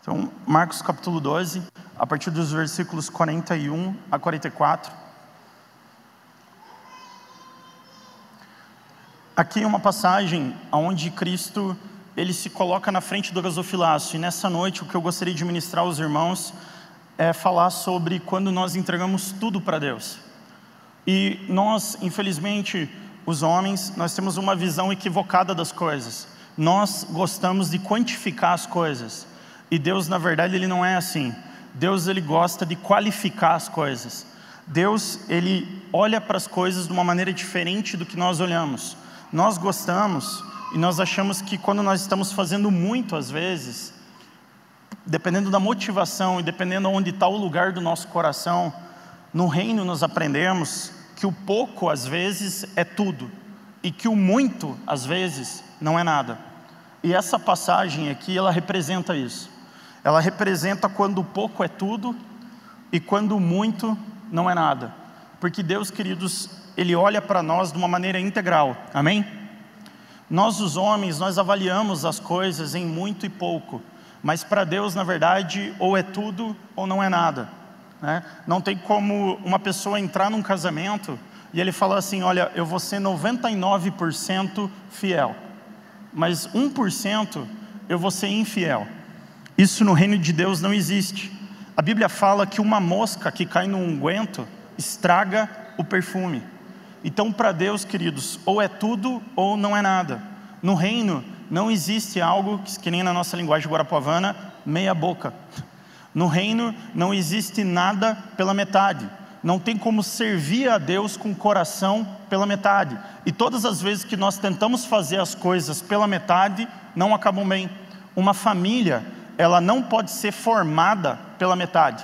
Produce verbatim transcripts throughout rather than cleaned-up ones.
Então, Marcos capítulo doze, a partir dos versículos quarenta e um a quarenta e quatro. Aqui é uma passagem onde Cristo, ele se coloca na frente do gasofilácio. E nessa noite, o que eu gostaria de ministrar aos irmãos é falar sobre quando nós entregamos tudo para Deus. E nós, infelizmente, os homens, nós temos uma visão equivocada das coisas. Nós gostamos de quantificar as coisas. E Deus, na verdade, Ele não é assim. Deus, Ele gosta de qualificar as coisas. Deus, Ele olha para as coisas de uma maneira diferente do que nós olhamos. Nós gostamos e nós achamos que quando nós estamos fazendo muito, às vezes, dependendo da motivação e dependendo onde está o lugar do nosso coração, no reino nós aprendemos que o pouco, às vezes, é tudo. E que o muito, às vezes, não é nada. E essa passagem aqui, ela representa isso. Ela representa quando o pouco é tudo e quando o muito não é nada. Porque Deus, queridos, Ele olha para nós de uma maneira integral. Amém? Nós, os homens, nós avaliamos as coisas em muito e pouco. Mas para Deus, na verdade, ou é tudo ou não é nada, né? Não tem como uma pessoa entrar num casamento e ele falar assim: olha, eu vou ser noventa e nove por cento fiel, mas um por cento eu vou ser infiel. Isso no reino de Deus não existe. A Bíblia fala que uma mosca que cai no unguento estraga o perfume. Então, para Deus, queridos, ou é tudo ou não é nada. No reino não existe algo que, que nem na nossa linguagem guarapuavana, meia boca. No reino não existe nada pela metade. Não tem como servir a Deus com o coração pela metade. E todas as vezes que nós tentamos fazer as coisas pela metade, não acabam bem. Uma família, ela não pode ser formada pela metade.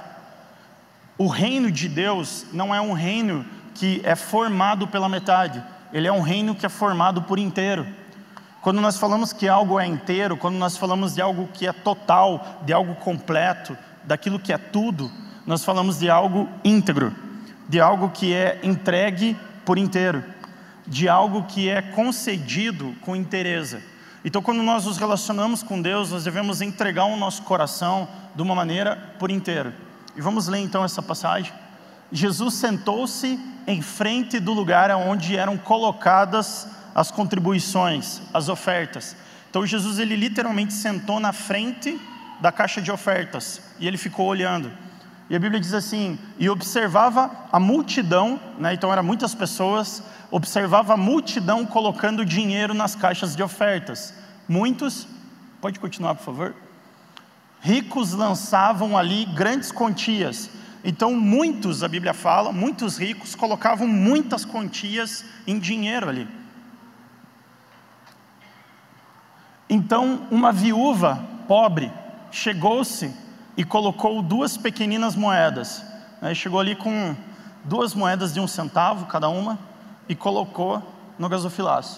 O reino de Deus não é um reino que é formado pela metade. Ele é um reino que é formado por inteiro. Quando nós falamos que algo é inteiro, quando nós falamos de algo que é total, de algo completo, daquilo que é tudo, nós falamos de algo íntegro, de algo que é entregue por inteiro, de algo que é concedido com inteireza. Então, quando nós nos relacionamos com Deus, nós devemos entregar o nosso coração de uma maneira por inteiro. E vamos ler então essa passagem. Jesus sentou-se em frente do lugar onde eram colocadas as contribuições, as ofertas. Então Jesus, ele literalmente sentou na frente da caixa de ofertas e ele ficou olhando. E a Bíblia diz assim: e observava a multidão, né? Então eram muitas pessoas, observava a multidão colocando dinheiro nas caixas de ofertas. Muitos, pode continuar por favor? Ricos lançavam ali grandes quantias. Então muitos, a Bíblia fala, muitos ricos colocavam muitas quantias em dinheiro ali. Então uma viúva pobre chegou-se e colocou duas pequeninas moedas. Aí chegou ali com duas moedas de um centavo cada uma e colocou no gasofilácio.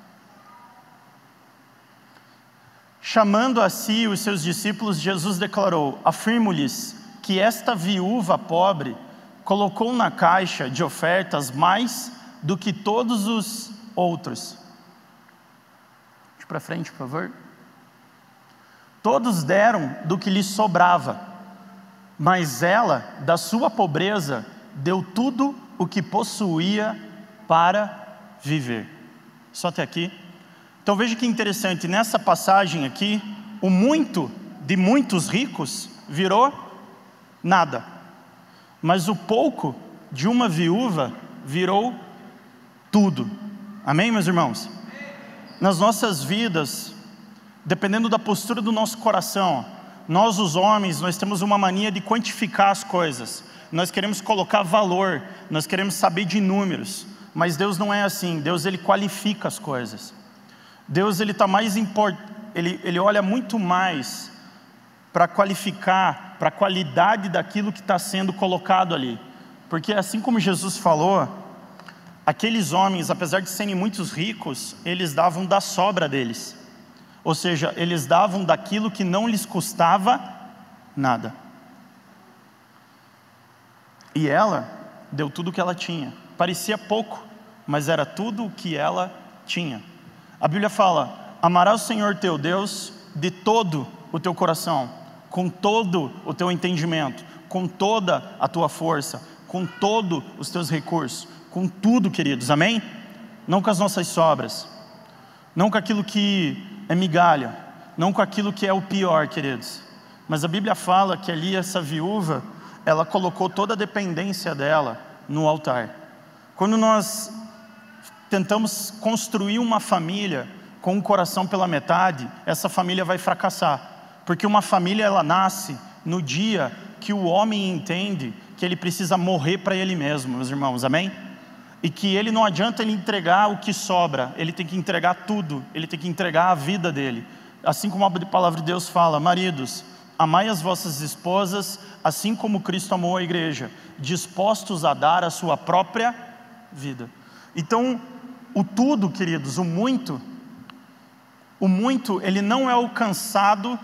Chamando a si os seus discípulos, Jesus declarou: afirmo-lhes que esta viúva pobre colocou na caixa de ofertas mais do que todos os outros. Deixa para frente, por favor. Todos deram do que lhes sobrava, mas ela, da sua pobreza, deu tudo o que possuía para viver. Só até aqui. Então veja que interessante, nessa passagem aqui, o muito de muitos ricos virou nada, mas o pouco de uma viúva virou tudo. Amém, meus irmãos? Nas nossas vidas, dependendo da postura do nosso coração, nós os homens, nós temos uma mania de quantificar as coisas. Nós queremos colocar valor, nós queremos saber de números, mas Deus não é assim. Deus, ele qualifica as coisas. Deus, ele está mais import... ele, ele olha muito mais para qualificar, para a qualidade daquilo que está sendo colocado ali. Porque assim como Jesus falou, aqueles homens, apesar de serem muitos ricos, eles davam da sobra deles. Ou seja, eles davam daquilo que não lhes custava nada. E ela deu tudo o que ela tinha. Parecia pouco, mas era tudo o que ela tinha. A Bíblia fala: amarás o Senhor teu Deus de todo o teu coração, com todo o teu entendimento, com toda a tua força, com todos os teus recursos, com tudo, queridos, amém? Não com as nossas sobras, não com aquilo que é migalha, não com aquilo que é o pior, queridos. Mas a Bíblia fala que ali essa viúva, ela colocou toda a dependência dela no altar. Quando nós tentamos construir uma família com o coração pela metade, essa família vai fracassar. Porque uma família, ela nasce no dia que o homem entende que ele precisa morrer para ele mesmo, meus irmãos, amém? E que ele não adianta ele entregar o que sobra, ele tem que entregar tudo, ele tem que entregar a vida dele. Assim como a palavra de Deus fala, maridos, amai as vossas esposas, assim como Cristo amou a igreja, dispostos a dar a sua própria vida. Então, o tudo, queridos, o muito, o muito, ele não é alcançado,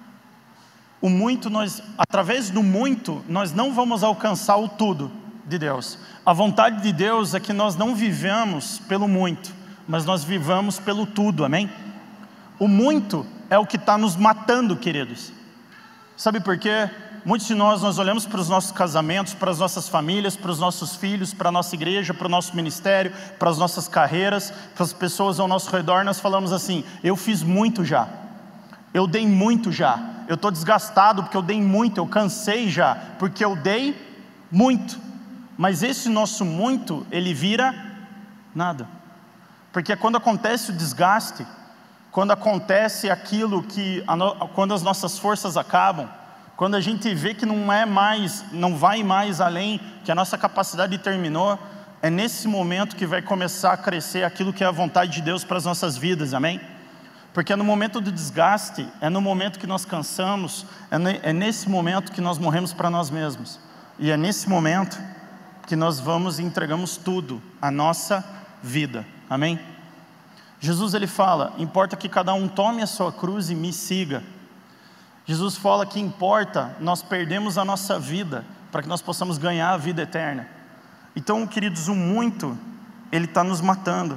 o muito, nós, através do muito, nós não vamos alcançar o tudo de Deus. A vontade de Deus é que nós não vivamos pelo muito, mas nós vivamos pelo tudo, amém? O muito é o que está nos matando, queridos. Sabe por quê? Muitos de nós, nós olhamos para os nossos casamentos, para as nossas famílias, para os nossos filhos, para a nossa igreja, para o nosso ministério, para as nossas carreiras, para as pessoas ao nosso redor, nós falamos assim, eu fiz muito já, eu dei muito já, eu estou desgastado porque eu dei muito, eu cansei já, porque eu dei muito. Mas esse nosso muito, ele vira nada. Porque quando acontece o desgaste, quando acontece aquilo que, quando as nossas forças acabam, quando a gente vê que não é mais, não vai mais além, que a nossa capacidade terminou, é nesse momento que vai começar a crescer aquilo que é a vontade de Deus para as nossas vidas, amém? Porque é no momento do desgaste, é no momento que nós cansamos, é nesse momento que nós morremos para nós mesmos. E é nesse momento que nós vamos e entregamos tudo, a nossa vida, amém? Jesus, ele fala, importa que cada um tome a sua cruz e me siga. Jesus fala que importa nós perdemos a nossa vida, para que nós possamos ganhar a vida eterna. Então, queridos, o muito, ele está nos matando.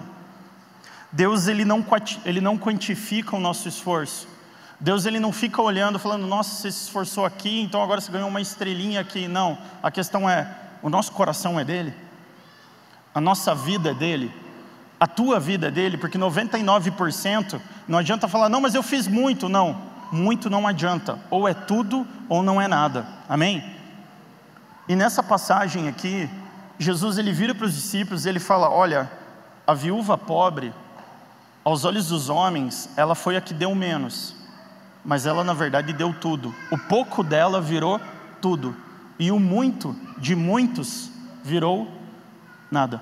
Deus, ele não, ele não quantifica o nosso esforço. Deus, ele não fica olhando, falando, nossa, você se esforçou aqui, então agora você ganhou uma estrelinha aqui. Não, a questão é, o nosso coração é dele? A nossa vida é dele? A tua vida é dele? Porque noventa e nove por cento, não adianta falar, não, mas eu fiz muito. Não, muito não adianta. Ou é tudo, ou não é nada. Amém? E nessa passagem aqui, Jesus, ele vira para os discípulos e ele fala, olha, a viúva pobre, aos olhos dos homens, ela foi a que deu menos. Mas ela, na verdade, deu tudo. O pouco dela virou tudo. E o muito de muitos virou nada.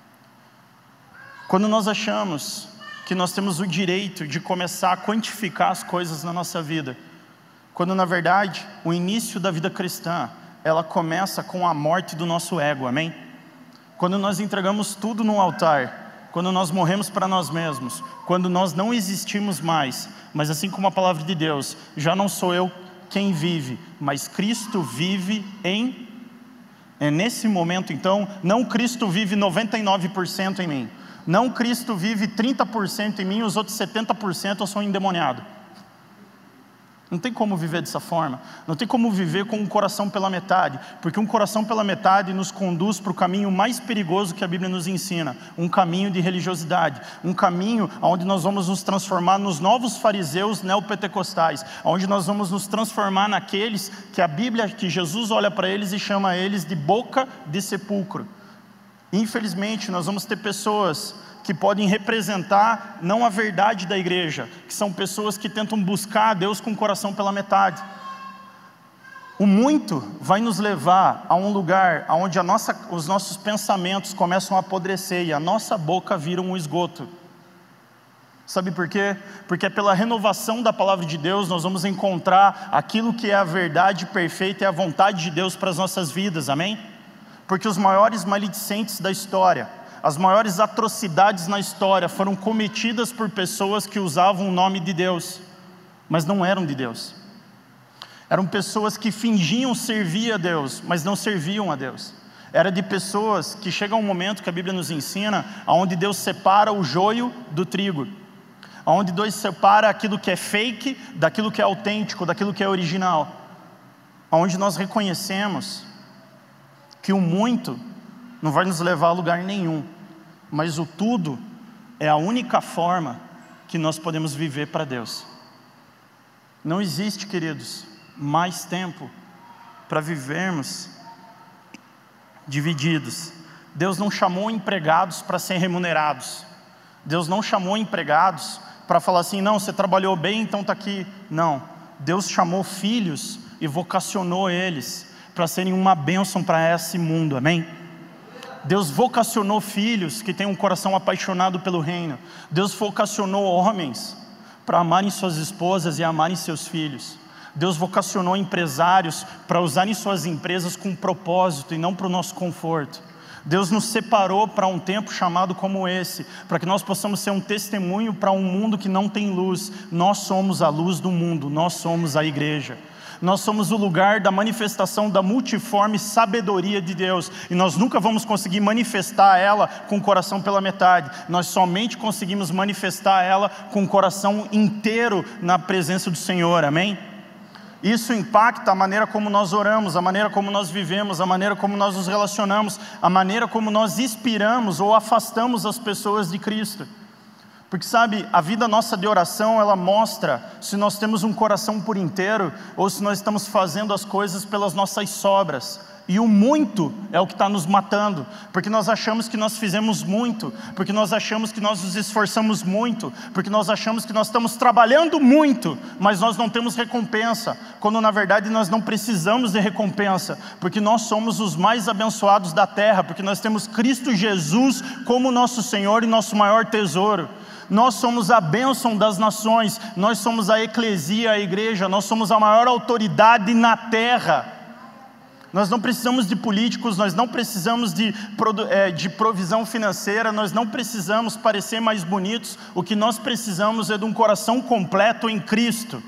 Quando nós achamos que nós temos o direito de começar a quantificar as coisas na nossa vida, quando na verdade o início da vida cristã, ela começa com a morte do nosso ego, amém? Quando nós entregamos tudo no altar, quando nós morremos para nós mesmos, quando nós não existimos mais, mas assim como a palavra de Deus, já não sou eu quem vive, mas Cristo vive em... É nesse momento então, não Cristo vive noventa e nove por cento em mim, não Cristo vive trinta por cento em mim, os outros setenta por cento eu sou endemoniado. Não tem como viver dessa forma, não tem como viver com um coração pela metade, porque um coração pela metade nos conduz para o caminho mais perigoso que a Bíblia nos ensina, um caminho de religiosidade, um caminho onde nós vamos nos transformar nos novos fariseus neopentecostais, onde nós vamos nos transformar naqueles que a Bíblia, que Jesus olha para eles e chama eles de boca de sepulcro. Infelizmente nós vamos ter pessoas que podem representar não a verdade da igreja, que são pessoas que tentam buscar a Deus com o coração pela metade. O muito vai nos levar a um lugar onde a nossa, os nossos pensamentos começam a apodrecer e a nossa boca vira um esgoto. Sabe por quê? Porque é pela renovação da palavra de Deus nós vamos encontrar aquilo que é a verdade perfeita e a vontade de Deus para as nossas vidas, amém? Porque os maiores maledicentes da história, as maiores atrocidades na história foram cometidas por pessoas que usavam o nome de Deus, mas não eram de Deus. Eram pessoas que fingiam servir a Deus, mas não serviam a Deus. Era de pessoas que chega um momento que a Bíblia nos ensina, onde Deus separa o joio do trigo, onde Deus separa aquilo que é fake daquilo que é autêntico, daquilo que é original, onde nós reconhecemos que o muito não vai nos levar a lugar nenhum, mas o tudo é a única forma que nós podemos viver para Deus. Não existe, queridos, mais tempo para vivermos divididos. Deus não chamou empregados para serem remunerados. Deus não chamou empregados para falar assim, não, você trabalhou bem, então está aqui. Não, Deus chamou filhos e vocacionou eles para serem uma bênção para esse mundo, amém? Deus vocacionou filhos que têm um coração apaixonado pelo reino. Deus vocacionou homens para amarem suas esposas e amarem seus filhos. Deus vocacionou empresários para usarem suas empresas com propósito e não para o nosso conforto. Deus nos separou para um tempo chamado como esse, para que nós possamos ser um testemunho para um mundo que não tem luz. Nós somos a luz do mundo, nós somos a igreja. Nós somos o lugar da manifestação da multiforme sabedoria de Deus. E nós nunca vamos conseguir manifestar ela com o coração pela metade. Nós somente conseguimos manifestar ela com o coração inteiro na presença do Senhor, amém? Isso impacta a maneira como nós oramos, a maneira como nós vivemos, a maneira como nós nos relacionamos, a maneira como nós inspiramos ou afastamos as pessoas de Cristo. Porque sabe, a vida nossa de oração, ela mostra se nós temos um coração por inteiro ou se nós estamos fazendo as coisas pelas nossas sobras. E o muito é o que está nos matando, porque nós achamos que nós fizemos muito, porque nós achamos que nós nos esforçamos muito, porque nós achamos que nós estamos trabalhando muito, mas nós não temos recompensa, quando na verdade nós não precisamos de recompensa, porque nós somos os mais abençoados da terra, porque nós temos Cristo Jesus como nosso Senhor e nosso maior tesouro. Nós somos a bênção das nações, nós somos a eclesia, a igreja, nós somos a maior autoridade na terra. Nós não precisamos de políticos, nós não precisamos de, de provisão financeira, nós não precisamos parecer mais bonitos. O que nós precisamos é de um coração completo em Cristo.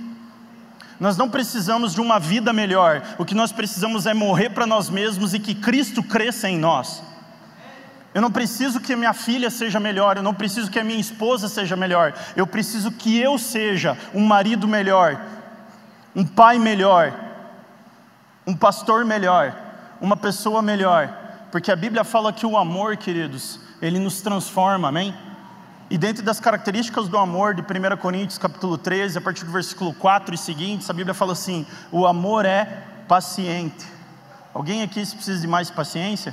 Nós não precisamos de uma vida melhor, o que nós precisamos é morrer para nós mesmos e que Cristo cresça em nós. Eu não preciso que a minha filha seja melhor, eu não preciso que a minha esposa seja melhor, eu preciso que eu seja um marido melhor, um pai melhor, um pastor melhor, uma pessoa melhor, porque a Bíblia fala que o amor, queridos, ele nos transforma, amém? E dentro das características do amor de primeira Coríntios capítulo treze, a partir do versículo quatro e seguintes, a Bíblia fala assim, o amor é paciente. Alguém aqui precisa de mais paciência?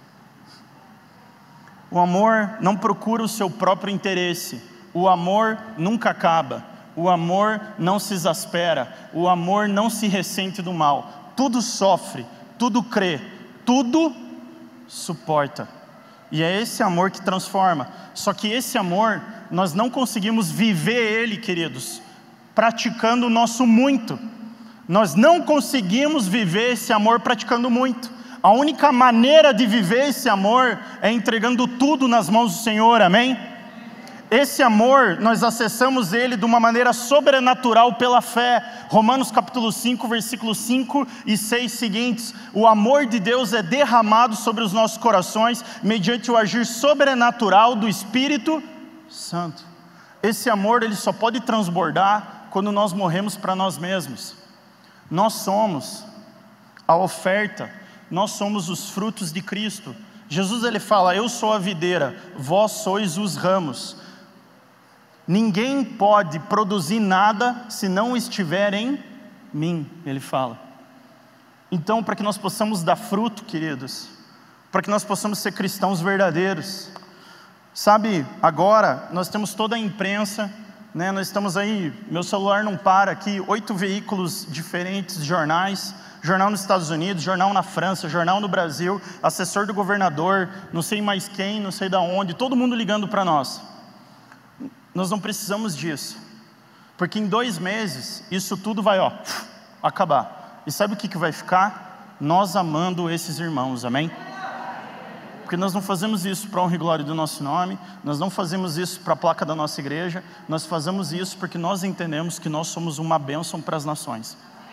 O amor não procura o seu próprio interesse, o amor nunca acaba, o amor não se exaspera, o amor não se ressente do mal, tudo sofre, tudo crê, tudo suporta. E é esse amor que transforma. Só que esse amor, nós não conseguimos viver ele, queridos, praticando o nosso muito. Nós não conseguimos viver esse amor praticando muito. A única maneira de viver esse amor é entregando tudo nas mãos do Senhor, amém? Esse amor, nós acessamos ele de uma maneira sobrenatural pela fé. Romanos capítulo cinco, versículos cinco e seis seguintes. O amor de Deus é derramado sobre os nossos corações, mediante o agir sobrenatural do Espírito Santo. Esse amor, ele só pode transbordar quando nós morremos para nós mesmos. Nós somos a oferta, nós somos os frutos de Cristo. Jesus ele fala, eu sou a videira, vós sois os ramos. Ninguém pode produzir nada se não estiver em mim, ele fala. Então, para que nós possamos dar fruto, queridos, para que nós possamos ser cristãos verdadeiros, sabe, agora nós temos toda a imprensa, né, nós estamos aí, meu celular não para aqui, oito veículos diferentes, jornais, jornal nos Estados Unidos, jornal na França, jornal no Brasil, assessor do governador, não sei mais quem, não sei da onde, todo mundo ligando para nós. Nós não precisamos disso, porque em dois meses, isso tudo vai ó, acabar. E sabe o que, que vai ficar? Nós amando esses irmãos, amém? Porque nós não fazemos isso para a honra e glória do nosso nome, nós não fazemos isso para a placa da nossa igreja, nós fazemos isso porque nós entendemos que nós somos uma bênção para as nações.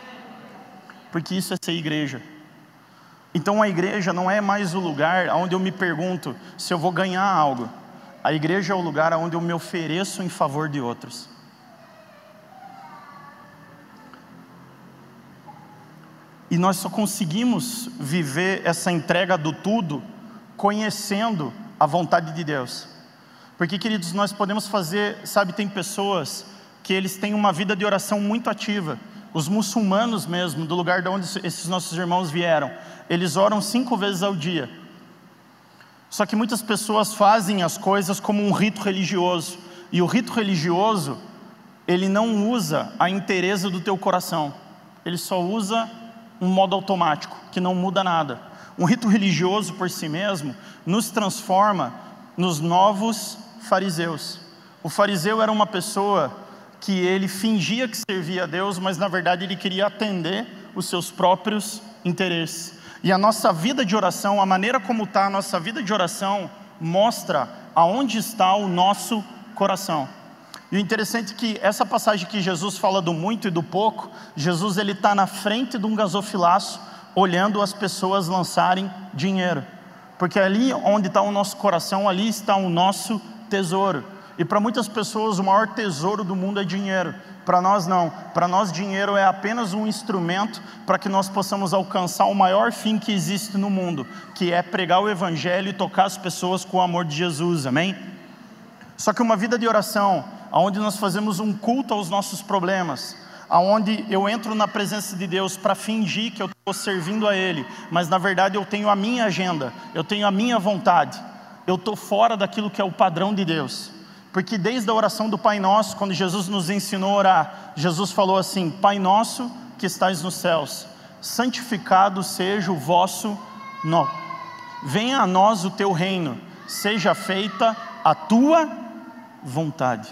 Porque isso é ser igreja. Então a igreja não é mais o lugar onde eu me pergunto se eu vou ganhar algo. A igreja é o lugar onde eu me ofereço em favor de outros. E nós só conseguimos viver essa entrega do tudo conhecendo a vontade de Deus. Porque, queridos, nós podemos fazer, sabe, tem pessoas que eles têm uma vida de oração muito ativa. Os muçulmanos mesmo, do lugar de onde esses nossos irmãos vieram, eles oram cinco vezes ao dia. Só que muitas pessoas fazem as coisas como um rito religioso. E o rito religioso, ele não usa a inteireza do teu coração. Ele só usa um modo automático, que não muda nada. Um rito religioso por si mesmo nos transforma nos novos fariseus. O fariseu era uma pessoa que ele fingia que servia a Deus, mas na verdade ele queria atender os seus próprios interesses. E a nossa vida de oração, a maneira como está a nossa vida de oração, mostra aonde está o nosso coração. E o interessante é que essa passagem que Jesus fala do muito e do pouco, Jesus ele está na frente de um gasofilaço, olhando as pessoas lançarem dinheiro. Porque ali onde está o nosso coração, ali está o nosso tesouro. E para muitas pessoas o maior tesouro do mundo é dinheiro. Para nós não. Para nós dinheiro é apenas um instrumento para que nós possamos alcançar o maior fim que existe no mundo, que é pregar o evangelho e tocar as pessoas com o amor de Jesus, amém? Só que uma vida de oração, onde nós fazemos um culto aos nossos problemas, onde eu entro na presença de Deus para fingir que eu estou servindo a Ele, mas na verdade eu tenho a minha agenda, eu tenho a minha vontade, eu estou fora daquilo que é o padrão de Deus. Porque desde a oração do Pai Nosso, quando Jesus nos ensinou a orar, Jesus falou assim: Pai Nosso que estais nos céus, santificado seja o vosso nome. Venha a nós o teu reino, seja feita a tua vontade.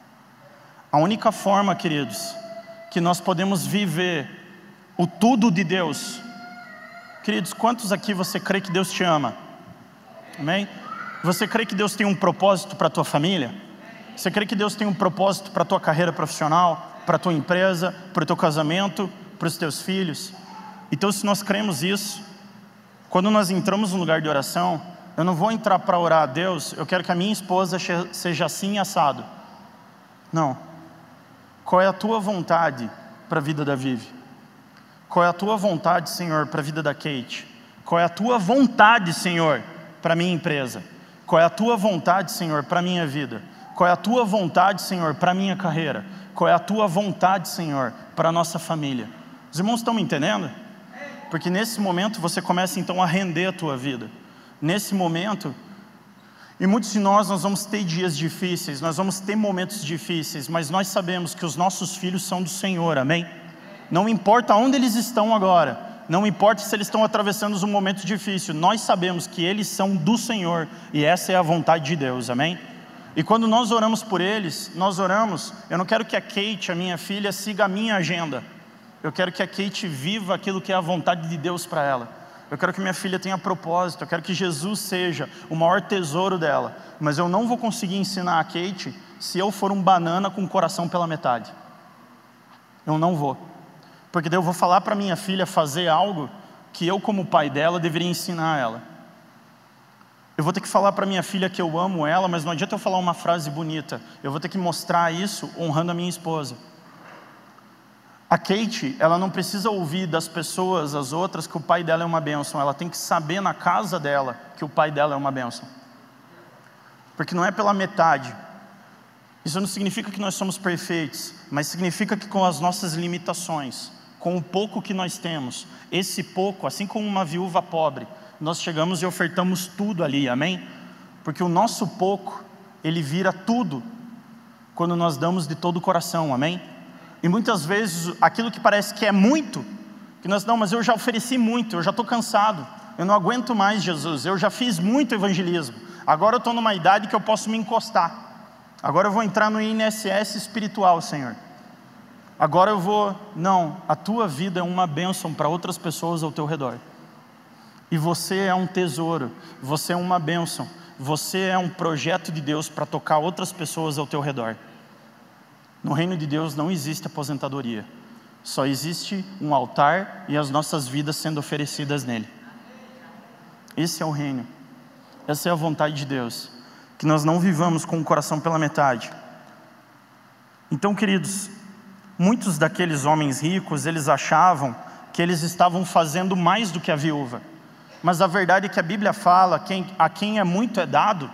A única forma, queridos, que nós podemos viver o tudo de Deus. Queridos, quantos aqui você crê que Deus te ama? Amém? Você crê que Deus tem um propósito para a tua família? Você crê que Deus tem um propósito para a tua carreira profissional, para a tua empresa, para o teu casamento, para os teus filhos? Então, se nós cremos isso, quando nós entramos num lugar de oração, eu não vou entrar para orar a Deus, eu quero que a minha esposa seja assim assado. Não. Qual é a tua vontade para a vida da Vivi? Qual é a tua vontade, Senhor, para a vida da Kate? Qual é a tua vontade, Senhor, para a minha empresa? Qual é a tua vontade, Senhor, para a minha vida? Qual é a tua vontade, Senhor, para a minha carreira? Qual é a tua vontade, Senhor, para a nossa família? Os irmãos estão me entendendo? Porque nesse momento você começa então a render a tua vida. Nesse momento, e muitos de nós, nós vamos ter dias difíceis, nós vamos ter momentos difíceis, mas nós sabemos que os nossos filhos são do Senhor, amém? Não importa onde eles estão agora, não importa se eles estão atravessando um momento difícil, nós sabemos que eles são do Senhor, e essa é a vontade de Deus, amém? E quando nós oramos por eles, nós oramos, eu não quero que a Kate, a minha filha, siga a minha agenda, eu quero que a Kate viva aquilo que é a vontade de Deus para ela. Eu quero que minha filha tenha propósito, eu quero que Jesus seja o maior tesouro dela, mas eu não vou conseguir ensinar a Kate se eu for um banana com o coração pela metade. Eu não vou, porque daí eu vou falar para minha filha fazer algo que eu, como pai dela, deveria ensinar a ela. Eu vou ter que falar para minha filha que eu amo ela, mas não adianta eu falar uma frase bonita, eu vou ter que mostrar isso honrando a minha esposa. A Kate, ela não precisa ouvir das pessoas, as outras, que o pai dela é uma bênção. Ela tem que saber na casa dela que o pai dela é uma bênção. Porque não é pela metade. Isso não significa que nós somos perfeitos, mas significa que com as nossas limitações, com o pouco que nós temos, esse pouco, assim como uma viúva pobre, nós chegamos e ofertamos tudo ali, amém? Porque o nosso pouco, ele vira tudo quando nós damos de todo o coração, amém? E muitas vezes aquilo que parece que é muito, que nós não, mas eu já ofereci muito, eu já estou cansado, eu não aguento mais, Jesus, eu já fiz muito evangelismo, agora eu estou numa idade que eu posso me encostar, agora eu vou entrar no I N S S espiritual, Senhor, agora eu vou, não, a tua vida é uma bênção para outras pessoas ao teu redor, e você é um tesouro, você é uma bênção, você é um projeto de Deus para tocar outras pessoas ao teu redor. No reino de Deus não existe aposentadoria, só existe um altar e as nossas vidas sendo oferecidas nele. Esse é o reino, essa é a vontade de Deus. que nós não vivamos com o coração pela metade. Então, queridos, muitos daqueles homens ricos, eles achavam que eles estavam fazendo mais do que a viúva. Mas a verdade é que a Bíblia fala, quem, a quem é muito é dado.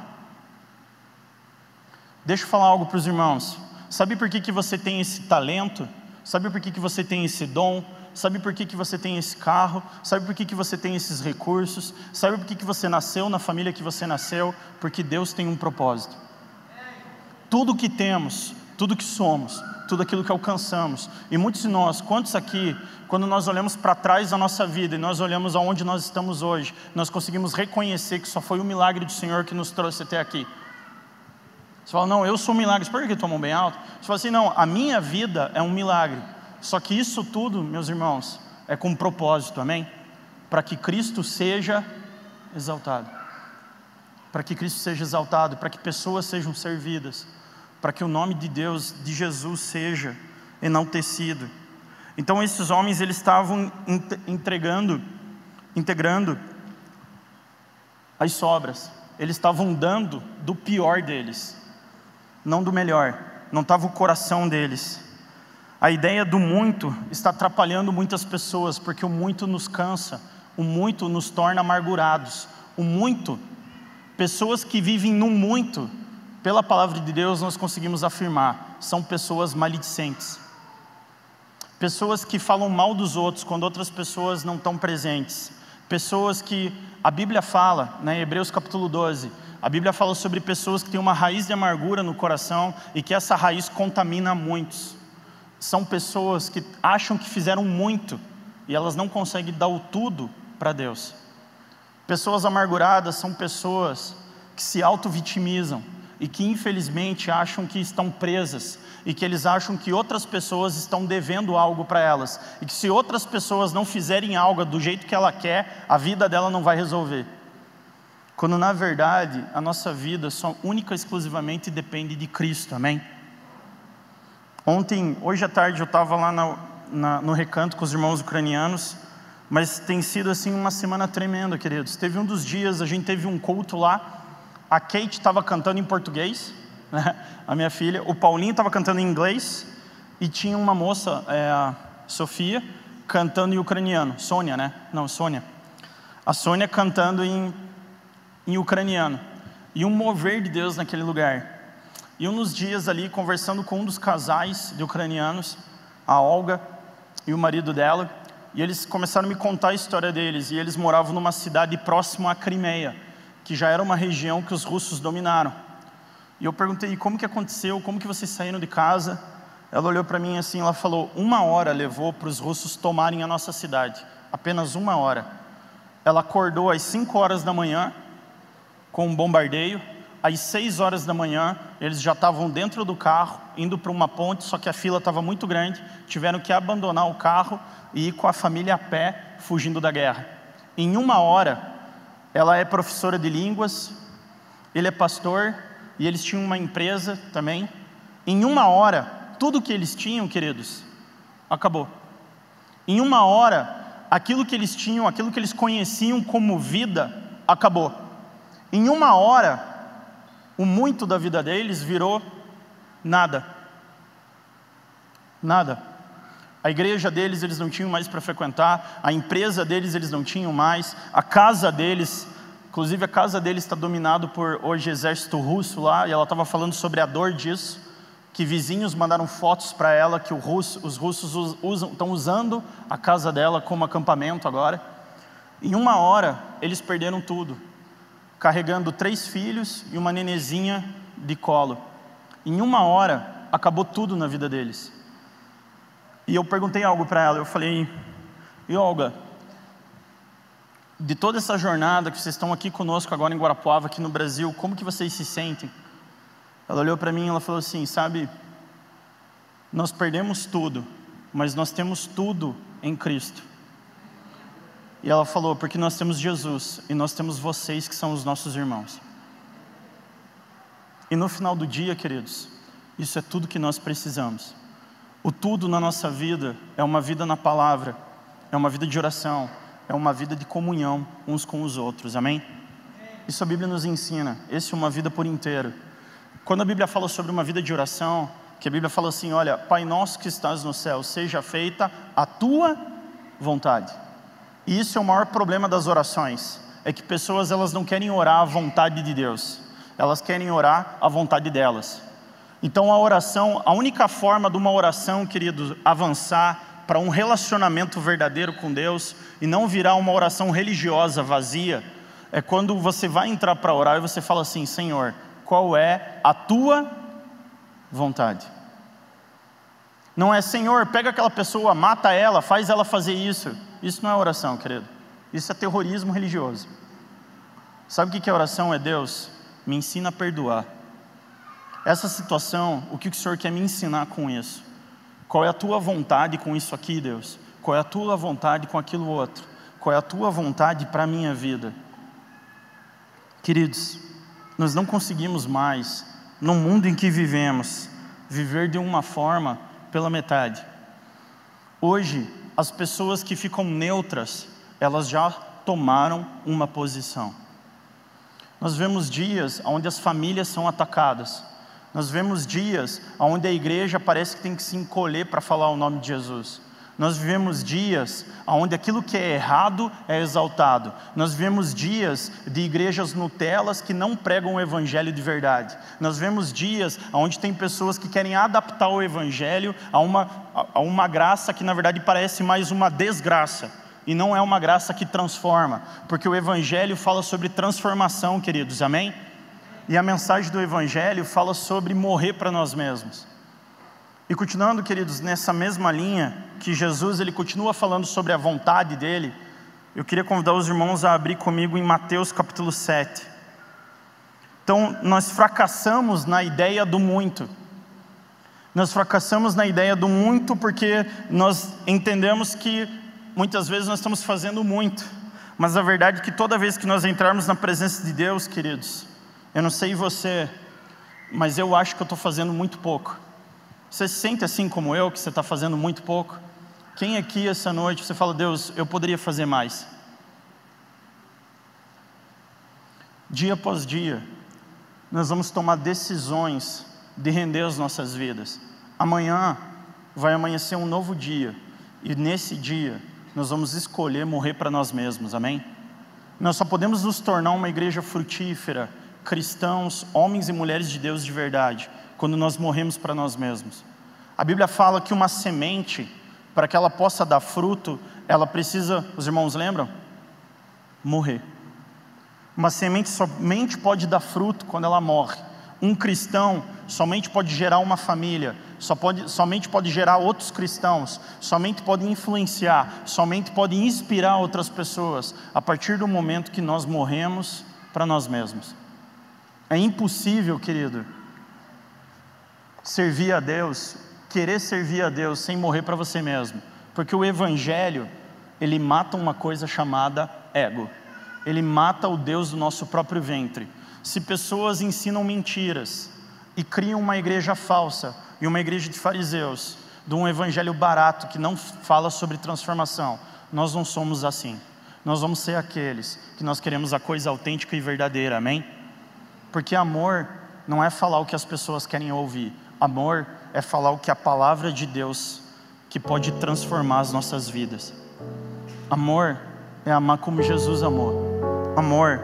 Deixa eu falar algo para os irmãos. Sabe por que, que você tem esse talento? Sabe por que, que você tem esse dom? Sabe por que, que você tem esse carro? Sabe por que, que você tem esses recursos? Sabe por que, que você nasceu na família que você nasceu? Porque Deus tem um propósito. Tudo que temos, tudo que somos, tudo aquilo que alcançamos. E muitos de nós, quantos aqui, quando nós olhamos para trás da nossa vida e nós olhamos aonde nós estamos hoje, nós conseguimos reconhecer que só foi o milagre do Senhor que nos trouxe até aqui. Você fala, não, eu sou um milagre. Por que tomam bem alto? Você fala assim, não, a minha vida é um milagre. Só que isso tudo, meus irmãos, é com propósito, amém? Para que Cristo seja exaltado. Para que Cristo seja exaltado, para que pessoas sejam servidas, para que o nome de Deus, de Jesus, seja enaltecido. Então esses homens, eles estavam entregando, integrando as sobras. Eles estavam dando do pior deles, não do melhor. Não estava o coração deles. A ideia do muito está atrapalhando muitas pessoas, porque o muito nos cansa, o muito nos torna amargurados. O muito, pessoas que vivem no muito, pela palavra de Deus nós conseguimos afirmar, são pessoas maledicentes. Pessoas que falam mal dos outros quando outras pessoas não estão presentes. Pessoas que, a Bíblia fala, né, em Hebreus capítulo doze, a Bíblia fala sobre pessoas que têm uma raiz de amargura no coração e que essa raiz contamina muitos. São pessoas que acham que fizeram muito e elas não conseguem dar o tudo para Deus. Pessoas amarguradas são pessoas que se auto-vitimizam e que infelizmente acham que estão presas e que eles acham que outras pessoas estão devendo algo para elas e que se outras pessoas não fizerem algo do jeito que ela quer, a vida dela não vai resolver. Quando na verdade a nossa vida só única e exclusivamente depende de Cristo, amém? Ontem, hoje à tarde eu estava lá na, na, no recanto com os irmãos ucranianos, mas tem sido assim uma semana tremenda, queridos. Teve um dos dias, a gente teve um culto lá, a Kate estava cantando em português, né? A minha filha, o Paulinho estava cantando em inglês, e tinha uma moça, é, a Sofia, cantando em ucraniano, Sônia, né? Não, Sônia. A Sônia cantando em, em ucraniano, e um mover de Deus naquele lugar. E um dos dias ali, conversando com um dos casais de ucranianos, a Olga e o marido dela, e eles começaram a me contar a história deles, e eles moravam numa cidade próxima à Crimeia, que já era uma região que os russos dominaram. E eu perguntei, como que aconteceu, como que vocês saíram de casa? Ela olhou para mim assim, ela falou, uma hora levou para os russos tomarem a nossa cidade, apenas uma hora. Ela acordou às cinco horas da manhã, com um bombardeio. Às seis horas da manhã, eles já estavam dentro do carro, indo para uma ponte, só que a fila estava muito grande, tiveram que abandonar o carro e ir com a família a pé, fugindo da guerra. Em uma hora, ela é professora de línguas, ele é pastor, e eles tinham uma empresa também. Em uma hora, tudo que eles tinham, queridos, acabou. Em uma hora, aquilo que eles tinham, aquilo que eles conheciam como vida, acabou. Em uma hora, o muito da vida deles virou nada. Nada. A igreja deles, eles não tinham mais para frequentar. A empresa deles, eles não tinham mais. A casa deles, inclusive a casa deles está dominado por hoje exército russo lá. E ela estava falando sobre a dor disso. Que vizinhos mandaram fotos para ela que o russo, os russos usam, estão usando a casa dela como acampamento agora. Em uma hora, eles perderam tudo. Carregando três filhos e uma nenezinha de colo. Em uma hora, acabou tudo na vida deles. E eu perguntei algo para ela, eu falei, e Olga, de toda essa jornada que vocês estão aqui conosco agora em Guarapuava, aqui no Brasil, como que vocês se sentem? Ela olhou para mim e ela falou assim, sabe, nós perdemos tudo, mas nós temos tudo em Cristo. E ela falou, porque nós temos Jesus e nós temos vocês que são os nossos irmãos. E no final do dia, queridos, isso é tudo que nós precisamos. O tudo na nossa vida é uma vida na palavra, é uma vida de oração, é uma vida de comunhão uns com os outros, amém? Isso a Bíblia nos ensina. Esse é uma vida por inteiro. Quando a Bíblia fala sobre uma vida de oração, que a Bíblia fala assim, olha, Pai nosso que estás no céu, seja feita a tua vontade. E isso é o maior problema das orações. É que pessoas, elas não querem orar a vontade de Deus. Elas querem orar a vontade delas. Então a oração, a única forma de uma oração, querido, avançar para um relacionamento verdadeiro com Deus e não virar uma oração religiosa vazia, é quando você vai entrar para orar e você fala assim, Senhor, qual é a tua vontade? Não é, Senhor, pega aquela pessoa, mata ela, faz ela fazer isso. Isso não é oração, querido. Isso é terrorismo religioso. Sabe o que é oração? É Deus, me ensina a perdoar. Essa situação, o que o Senhor quer me ensinar com isso? Qual é a tua vontade com isso aqui, Deus? Qual é a tua vontade com aquilo outro? Qual é a tua vontade para a minha vida? Queridos, nós não conseguimos mais, no mundo em que vivemos, viver de uma forma pela metade. Hoje, as pessoas que ficam neutras, elas já tomaram uma posição. Nós vemos dias onde as famílias são atacadas. Nós vemos dias onde a igreja parece que tem que se encolher para falar o nome de Jesus. Nós vivemos dias onde aquilo que é errado é exaltado. Nós vivemos dias de igrejas Nutelas que não pregam o evangelho de verdade. Nós vemos dias onde tem pessoas que querem adaptar o evangelho a uma, a uma graça que na verdade parece mais uma desgraça. E não é uma graça que transforma, porque o evangelho fala sobre transformação, queridos, amém? E a mensagem do evangelho fala sobre morrer para nós mesmos. E continuando, queridos, nessa mesma linha, que Jesus ele continua falando sobre a vontade dele, eu queria convidar os irmãos a abrir comigo em Mateus capítulo sete. Então, nós fracassamos na ideia do muito. Nós fracassamos na ideia do muito porque nós entendemos que muitas vezes nós estamos fazendo muito. Mas a verdade é que toda vez que nós entrarmos na presença de Deus, queridos, eu não sei você, mas eu acho que eu estou fazendo muito pouco. Você se sente assim como eu, que você está fazendo muito pouco? Quem aqui essa noite, você fala, Deus, eu poderia fazer mais? Dia após dia, nós vamos tomar decisões de render as nossas vidas. Amanhã vai amanhecer um novo dia, e nesse dia, nós vamos escolher morrer para nós mesmos, amém? Nós só podemos nos tornar uma igreja frutífera, cristãos, homens e mulheres de Deus de verdade, quando nós morremos para nós mesmos. A Bíblia fala que uma semente, para que ela possa dar fruto, ela precisa, os irmãos lembram? Morrer. Uma semente somente pode dar fruto quando ela morre. Um cristão somente pode gerar uma família, só pode, somente pode gerar outros cristãos, somente pode influenciar, somente pode inspirar outras pessoas, a partir do momento que nós morremos para nós mesmos. É impossível, querido, servir a Deus, querer servir a Deus sem morrer para você mesmo, porque o evangelho, ele mata uma coisa chamada ego, ele mata o Deus do nosso próprio ventre. Se pessoas ensinam mentiras e criam uma igreja falsa e uma igreja de fariseus, de um evangelho barato que não fala sobre transformação, nós não somos assim. Nós vamos ser aqueles que nós queremos a coisa autêntica e verdadeira, amém? Porque amor não é falar o que as pessoas querem ouvir. Amor é falar o que a palavra de Deus, que pode transformar as nossas vidas. Amor é amar como Jesus amou. Amor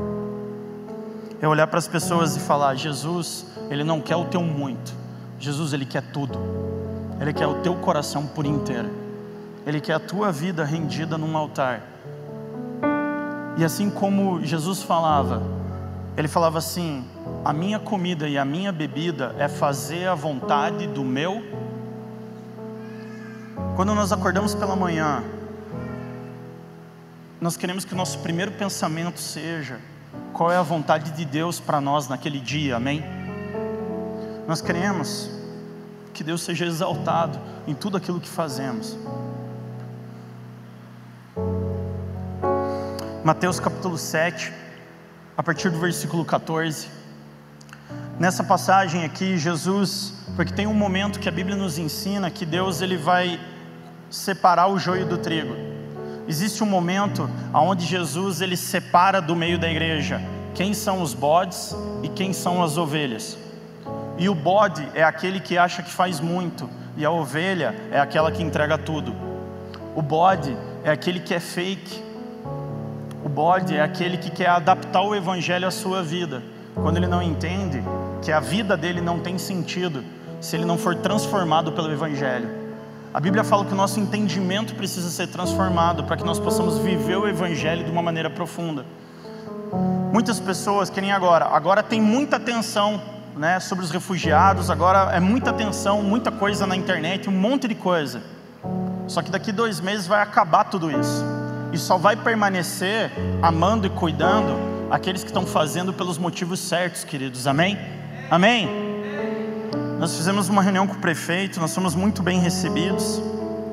é olhar para as pessoas e falar, Jesus, Ele não quer o teu muito. Jesus, Ele quer tudo. Ele quer o teu coração por inteiro. Ele quer a tua vida rendida num altar. E assim como Jesus falava, Ele falava assim, a minha comida e a minha bebida é fazer a vontade do meu. Quando nós acordamos pela manhã, nós queremos que o nosso primeiro pensamento seja, qual é a vontade de Deus para nós naquele dia, amém? Nós queremos que Deus seja exaltado em tudo aquilo que fazemos. Mateus capítulo sete, a partir do versículo quatorze. Nessa passagem aqui, Jesus, porque tem um momento que a Bíblia nos ensina que Deus ele vai separar o joio do trigo. Existe um momento onde Jesus ele separa do meio da igreja quem são os bodes e quem são as ovelhas. E o bode é aquele que acha que faz muito, e a ovelha é aquela que entrega tudo. O bode é aquele que é fake. O bode é aquele que quer adaptar o evangelho à sua vida, quando ele não entende que a vida dele não tem sentido se ele não for transformado pelo evangelho. A Bíblia fala que o nosso entendimento precisa ser transformado para que nós possamos viver o evangelho de uma maneira profunda. Muitas pessoas querem agora, agora tem muita atenção, né, sobre os refugiados, agora é muita atenção, muita coisa na internet, um monte de coisa. Só que daqui dois meses vai acabar tudo isso, e só vai permanecer amando e cuidando aqueles que estão fazendo pelos motivos certos, queridos, amém? Amém? Nós fizemos uma reunião com o prefeito, nós fomos muito bem recebidos,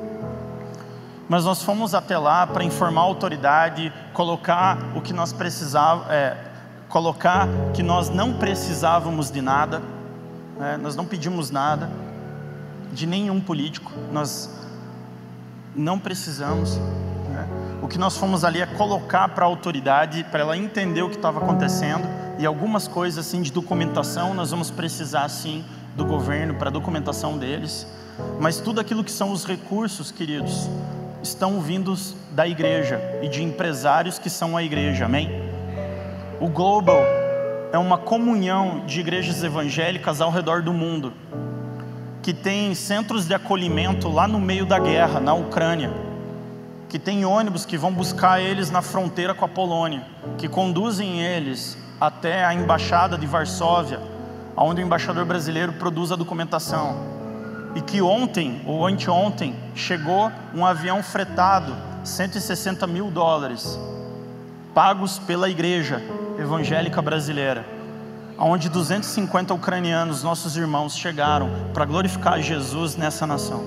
mas nós fomos até lá para informar a autoridade, colocar o que nós precisávamos, é, colocar que nós não precisávamos de nada, né? Nós não pedimos nada de nenhum político, nós não precisamos, né? O que nós fomos ali é colocar para a autoridade, para ela entender o que estava acontecendo, e algumas coisas assim de documentação nós vamos precisar sim do governo para a documentação deles, mas tudo aquilo que são os recursos, queridos, estão vindos da igreja e de empresários que são a igreja, amém? O Global é uma comunhão de igrejas evangélicas ao redor do mundo, que tem centros de acolhimento lá no meio da guerra, na Ucrânia, que tem ônibus que vão buscar eles na fronteira com a Polônia, que conduzem eles até a embaixada de Varsóvia, onde o embaixador brasileiro produz a documentação, e que ontem, ou anteontem, chegou um avião fretado, cento e sessenta mil dólares, pagos pela igreja evangélica brasileira, onde duzentos e cinquenta ucranianos, nossos irmãos, chegaram para glorificar Jesus nessa nação.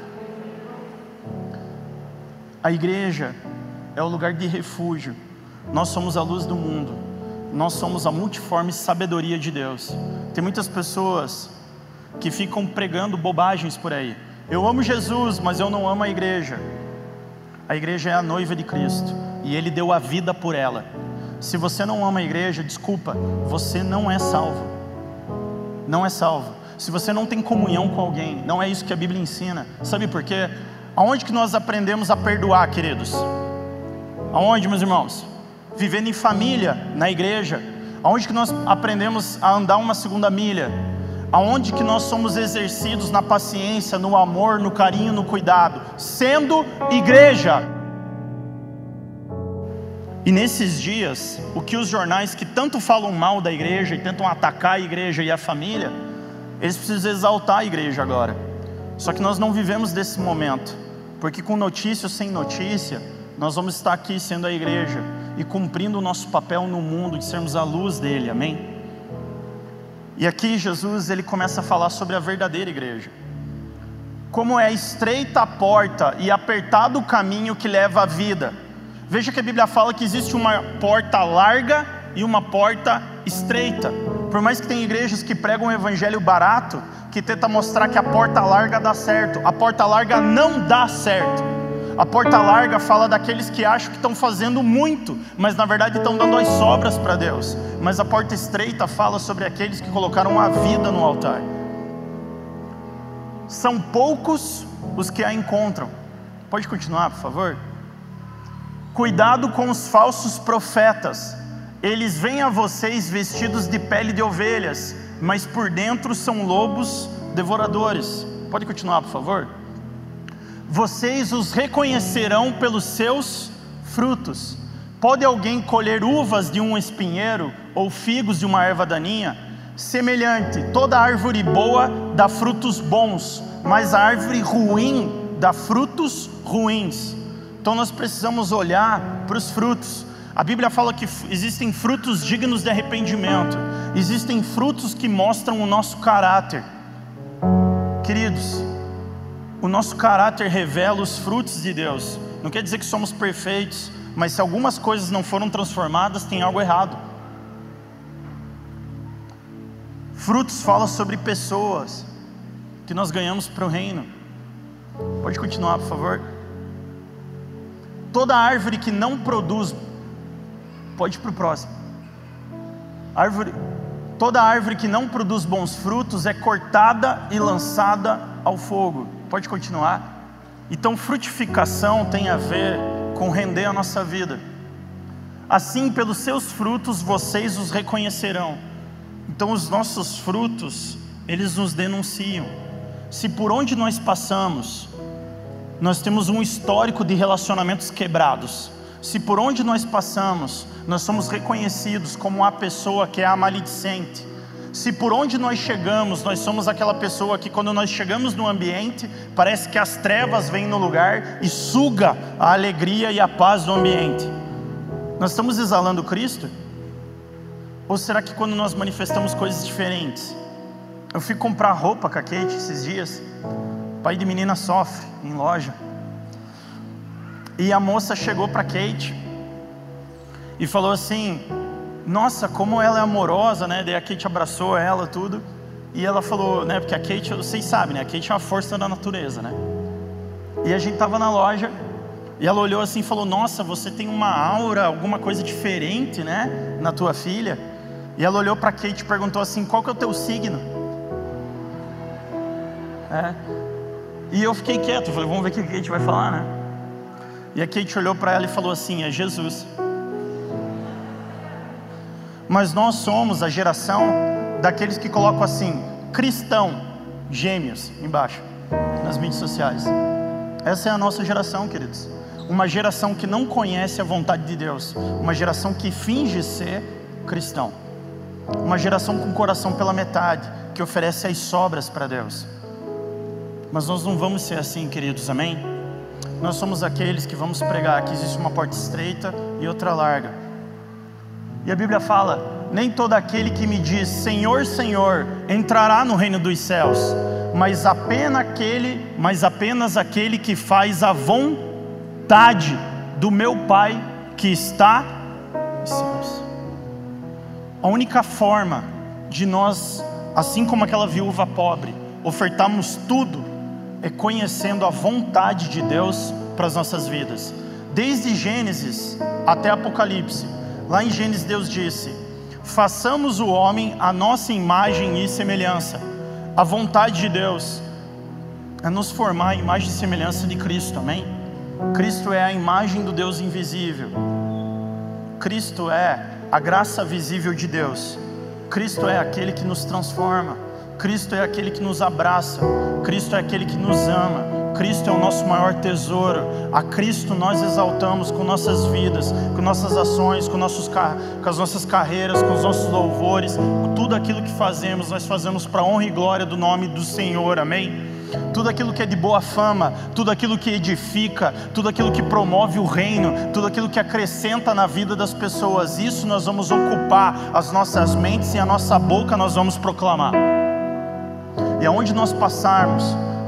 A igreja é o lugar de refúgio. Nós somos a luz do mundo. Nós somos a multiforme sabedoria de Deus. Tem muitas pessoas que ficam pregando bobagens por aí. Eu amo Jesus, mas eu não amo a igreja. A igreja é a noiva de Cristo, e Ele deu a vida por ela. Se você não ama a igreja, desculpa, você não é salvo. Não é salvo. Se você não tem comunhão com alguém, não é isso que a Bíblia ensina. Sabe por quê? Aonde que nós aprendemos a perdoar, queridos? Aonde, meus irmãos? Vivendo em família, na igreja. Aonde que nós aprendemos a andar uma segunda milha? Aonde que nós somos exercidos na paciência, no amor, no carinho, no cuidado? Sendo igreja. E nesses dias, o que os jornais que tanto falam mal da igreja e tentam atacar a igreja e a família, eles precisam exaltar a igreja agora. Só que nós não vivemos desse momento, porque com notícia ou sem notícia, nós vamos estar aqui sendo a igreja e cumprindo o nosso papel no mundo de sermos a luz dele, amém? E aqui Jesus, ele começa a falar sobre a verdadeira igreja. Como é estreita a porta e apertado o caminho que leva à vida. Veja que a Bíblia fala que existe uma porta larga e uma porta estreita. Por mais que tenha igrejas que pregam um evangelho barato, que tenta mostrar que a porta larga dá certo. A porta larga não dá certo. A porta larga fala daqueles que acham que estão fazendo muito, mas na verdade estão dando as sobras para Deus. Mas a porta estreita fala sobre aqueles que colocaram a vida no altar. São poucos os que a encontram. Pode continuar, por favor? Cuidado com os falsos profetas. Eles vêm a vocês vestidos de pele de ovelhas, mas por dentro são lobos devoradores. Pode continuar, por favor? Vocês os reconhecerão pelos seus frutos. Pode alguém colher uvas de um espinheiro ou figos de uma erva daninha? Semelhante, toda árvore boa dá frutos bons, mas a árvore ruim dá frutos ruins. Então nós precisamos olhar para os frutos. A Bíblia fala que existem frutos dignos de arrependimento. Existem frutos que mostram o nosso caráter. Queridos, o nosso caráter revela os frutos de Deus. Não quer dizer que somos perfeitos, mas se algumas coisas não foram transformadas, tem algo errado. Frutos falam sobre pessoas que nós ganhamos para o reino. Pode continuar, por favor? Toda árvore que não produz, pode ir para o próximo. árvore, toda árvore que não produz bons frutos é cortada e lançada ao fogo. Pode continuar? Então frutificação tem a ver com render a nossa vida. Assim, pelos seus frutos vocês os reconhecerão. Então os nossos frutos, eles nos denunciam. Se por onde nós passamos, nós temos um histórico de relacionamentos quebrados, se por onde nós passamos, nós somos reconhecidos como a pessoa que é a maledicente, se por onde nós chegamos, nós somos aquela pessoa que quando nós chegamos no ambiente, parece que as trevas vêm no lugar e suga a alegria e a paz do ambiente. Nós estamos exalando Cristo? Ou será que quando nós manifestamos coisas diferentes? Eu fui comprar roupa com a Kate esses dias. Pai de menina sofre em loja. E a moça chegou para Kate e falou assim: nossa, como ela é amorosa, né? Daí a Kate abraçou ela, tudo. E ela falou, né? Porque a Kate, vocês sabem, né? A Kate é uma força da natureza, né? E a gente tava na loja e ela olhou assim e falou: nossa, você tem uma aura, alguma coisa diferente, né? Na tua filha. E ela olhou para a Kate e perguntou assim: qual que é o teu signo? É. E eu fiquei quieto, falei, vamos ver o que a Kate vai falar, né? E a Kate olhou para ela e falou assim: é Jesus. Mas nós somos a geração daqueles que colocam assim, cristão, gêmeos, embaixo, nas mídias sociais. Essa é a nossa geração, queridos. Uma geração que não conhece a vontade de Deus. Uma geração que finge ser cristão. Uma geração com o coração pela metade, que oferece as sobras para Deus. Mas nós não vamos ser assim, queridos, amém? Nós somos aqueles que vamos pregar que existe uma porta estreita e outra larga. E a Bíblia fala: nem todo aquele que me diz Senhor, Senhor entrará no reino dos céus, mas apenas aquele, mas apenas aquele que faz a vontade do meu Pai que está nos céus. A única forma de nós, assim como aquela viúva pobre, ofertarmos tudo é conhecendo a vontade de Deus para as nossas vidas. Desde Gênesis até Apocalipse, lá em Gênesis Deus disse: façamos o homem a nossa imagem e semelhança. A vontade de Deus é nos formar a imagem e semelhança de Cristo, amém? Cristo é a imagem do Deus invisível. Cristo é a graça visível de Deus. Cristo é aquele que nos transforma. Cristo é aquele que nos abraça. Cristo é aquele que nos ama. Cristo é o nosso maior tesouro. A Cristo nós exaltamos com nossas vidas, com nossas ações, com, nossos, com as nossas carreiras, com os nossos louvores. Tudo aquilo que fazemos, nós fazemos para a honra e glória do nome do Senhor, amém? Tudo aquilo que é de boa fama, tudo aquilo que edifica, tudo aquilo que promove o reino, tudo aquilo que acrescenta na vida das pessoas, isso nós vamos ocupar as nossas mentes e a nossa boca nós vamos proclamar. E aonde nós passarmos,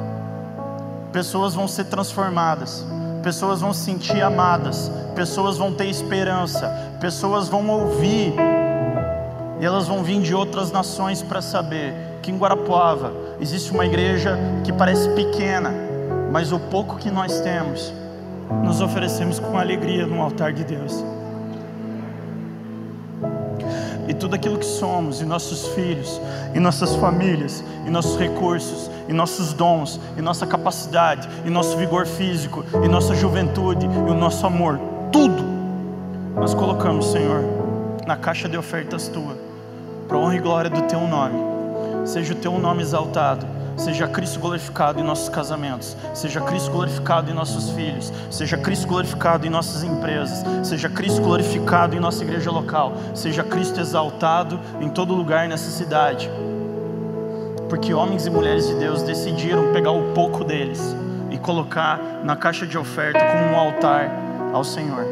pessoas vão ser transformadas, pessoas vão se sentir amadas, pessoas vão ter esperança, pessoas vão ouvir, e elas vão vir de outras nações para saber que em Guarapuava existe uma igreja que parece pequena, mas o pouco que nós temos, nos oferecemos com alegria no altar de Deus. E tudo aquilo que somos, e nossos filhos, e nossas famílias, e nossos recursos, e nossos dons, e nossa capacidade, e nosso vigor físico, e nossa juventude, e o nosso amor, tudo nós colocamos, Senhor, na caixa de ofertas Tua, para a honra e glória do Teu nome. Seja o Teu nome exaltado, seja Cristo glorificado em nossos casamentos, seja Cristo glorificado em nossos filhos, seja Cristo glorificado em nossas empresas, seja Cristo glorificado em nossa igreja local, seja Cristo exaltado em todo lugar nessa cidade, porque homens e mulheres de Deus decidiram pegar o pouco deles e colocar na caixa de oferta como um altar ao Senhor.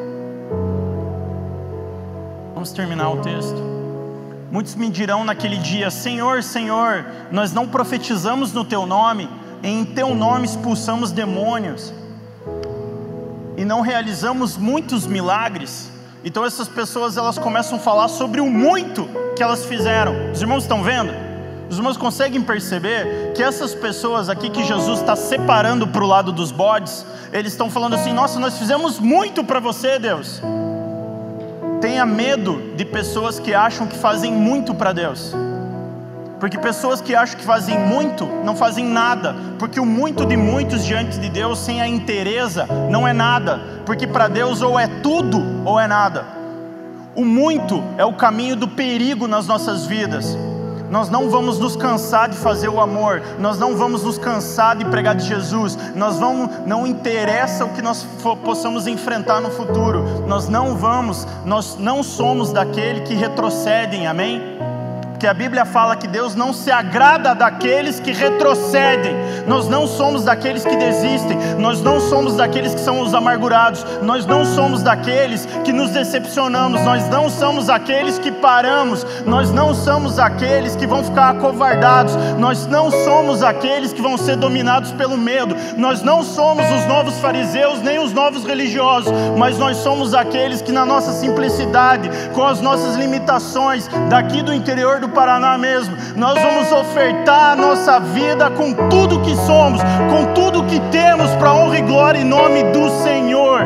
Vamos terminar o texto. Muitos me dirão naquele dia: Senhor, Senhor, nós não profetizamos no Teu nome, em Teu nome expulsamos demônios, e não realizamos muitos milagres. Então essas pessoas, elas começam a falar sobre o muito que elas fizeram. Os irmãos estão vendo? Os irmãos conseguem perceber que essas pessoas aqui que Jesus está separando para o lado dos bodes, eles estão falando assim: nossa, nós fizemos muito para você, Deus. Tenha medo de pessoas que acham que fazem muito para Deus. Porque pessoas que acham que fazem muito, não fazem nada. Porque o muito de muitos diante de Deus, sem a inteireza, não é nada. Porque para Deus ou é tudo ou é nada. O muito é o caminho do perigo nas nossas vidas. Nós não vamos nos cansar de fazer o amor. Nós não vamos nos cansar de pregar de Jesus. Nós vamos, não interessa o que nós for, possamos enfrentar no futuro. Nós não vamos, nós não somos daquele que retrocedem, amém? Porque a Bíblia fala que Deus não se agrada daqueles que retrocedem. Nós não somos daqueles que desistem. Nós não somos daqueles que são os amargurados. Nós não somos daqueles que nos decepcionamos. Nós não somos aqueles que paramos. Nós não somos aqueles que vão ficar acovardados. Nós não somos aqueles que vão ser dominados pelo medo. Nós não somos os novos fariseus nem os novos religiosos. Mas nós somos aqueles que, na nossa simplicidade, com as nossas limitações, daqui do interior do Paraná mesmo, nós vamos ofertar a nossa vida com tudo que somos, com tudo que temos, para a honra e glória em nome do Senhor.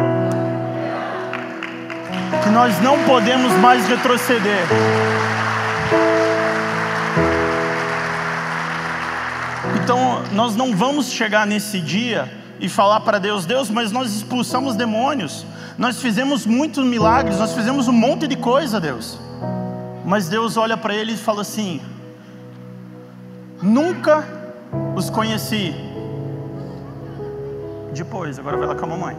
Que nós não podemos mais retroceder. Então nós não vamos chegar nesse dia e falar para Deus: Deus, mas nós expulsamos demônios, nós fizemos muitos milagres, nós fizemos um monte de coisa, Deus. Mas Deus olha para ele e fala assim: nunca os conheci. Depois, agora vai lá com a mamãe.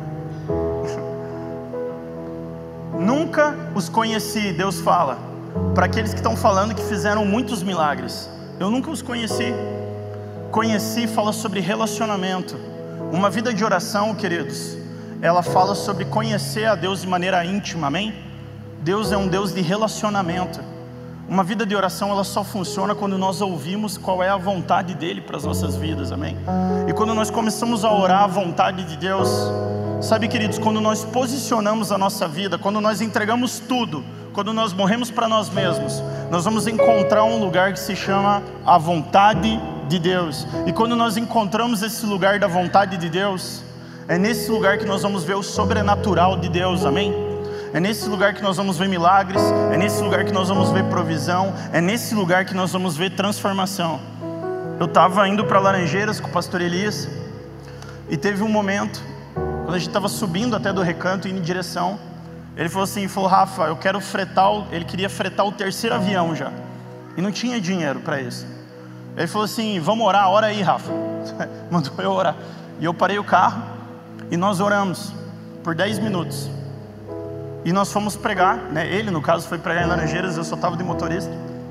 Nunca os conheci, Deus fala para aqueles que estão falando que fizeram muitos milagres. Eu nunca os conheci. Conheci fala sobre relacionamento. Uma vida de oração, queridos, ela fala sobre conhecer a Deus de maneira íntima, amém? Deus é um Deus de relacionamento. Uma vida de oração, ela só funciona quando nós ouvimos qual é a vontade dEle para as nossas vidas, amém? E quando nós começamos a orar a vontade de Deus, sabe, queridos, quando nós posicionamos a nossa vida, quando nós entregamos tudo, quando nós morremos para nós mesmos, nós vamos encontrar um lugar que se chama a vontade de Deus. E quando nós encontramos esse lugar da vontade de Deus, é nesse lugar que nós vamos ver o sobrenatural de Deus, amém? É nesse lugar que nós vamos ver milagres, é nesse lugar que nós vamos ver provisão, é nesse lugar que nós vamos ver transformação. Eu estava indo para Laranjeiras com o pastor Elias, e teve um momento, quando a gente estava subindo até do recanto, indo em direção, ele falou assim, falou: Rafa, eu quero fretar, o... ele queria fretar o terceiro avião já, e não tinha dinheiro para isso. Ele falou assim: vamos orar, ora aí, Rafa. Mandou eu orar. E eu parei o carro, e nós oramos por dez minutos. E nós fomos pregar, né? Ele no caso foi pregar em Laranjeiras, eu só estava de motorista.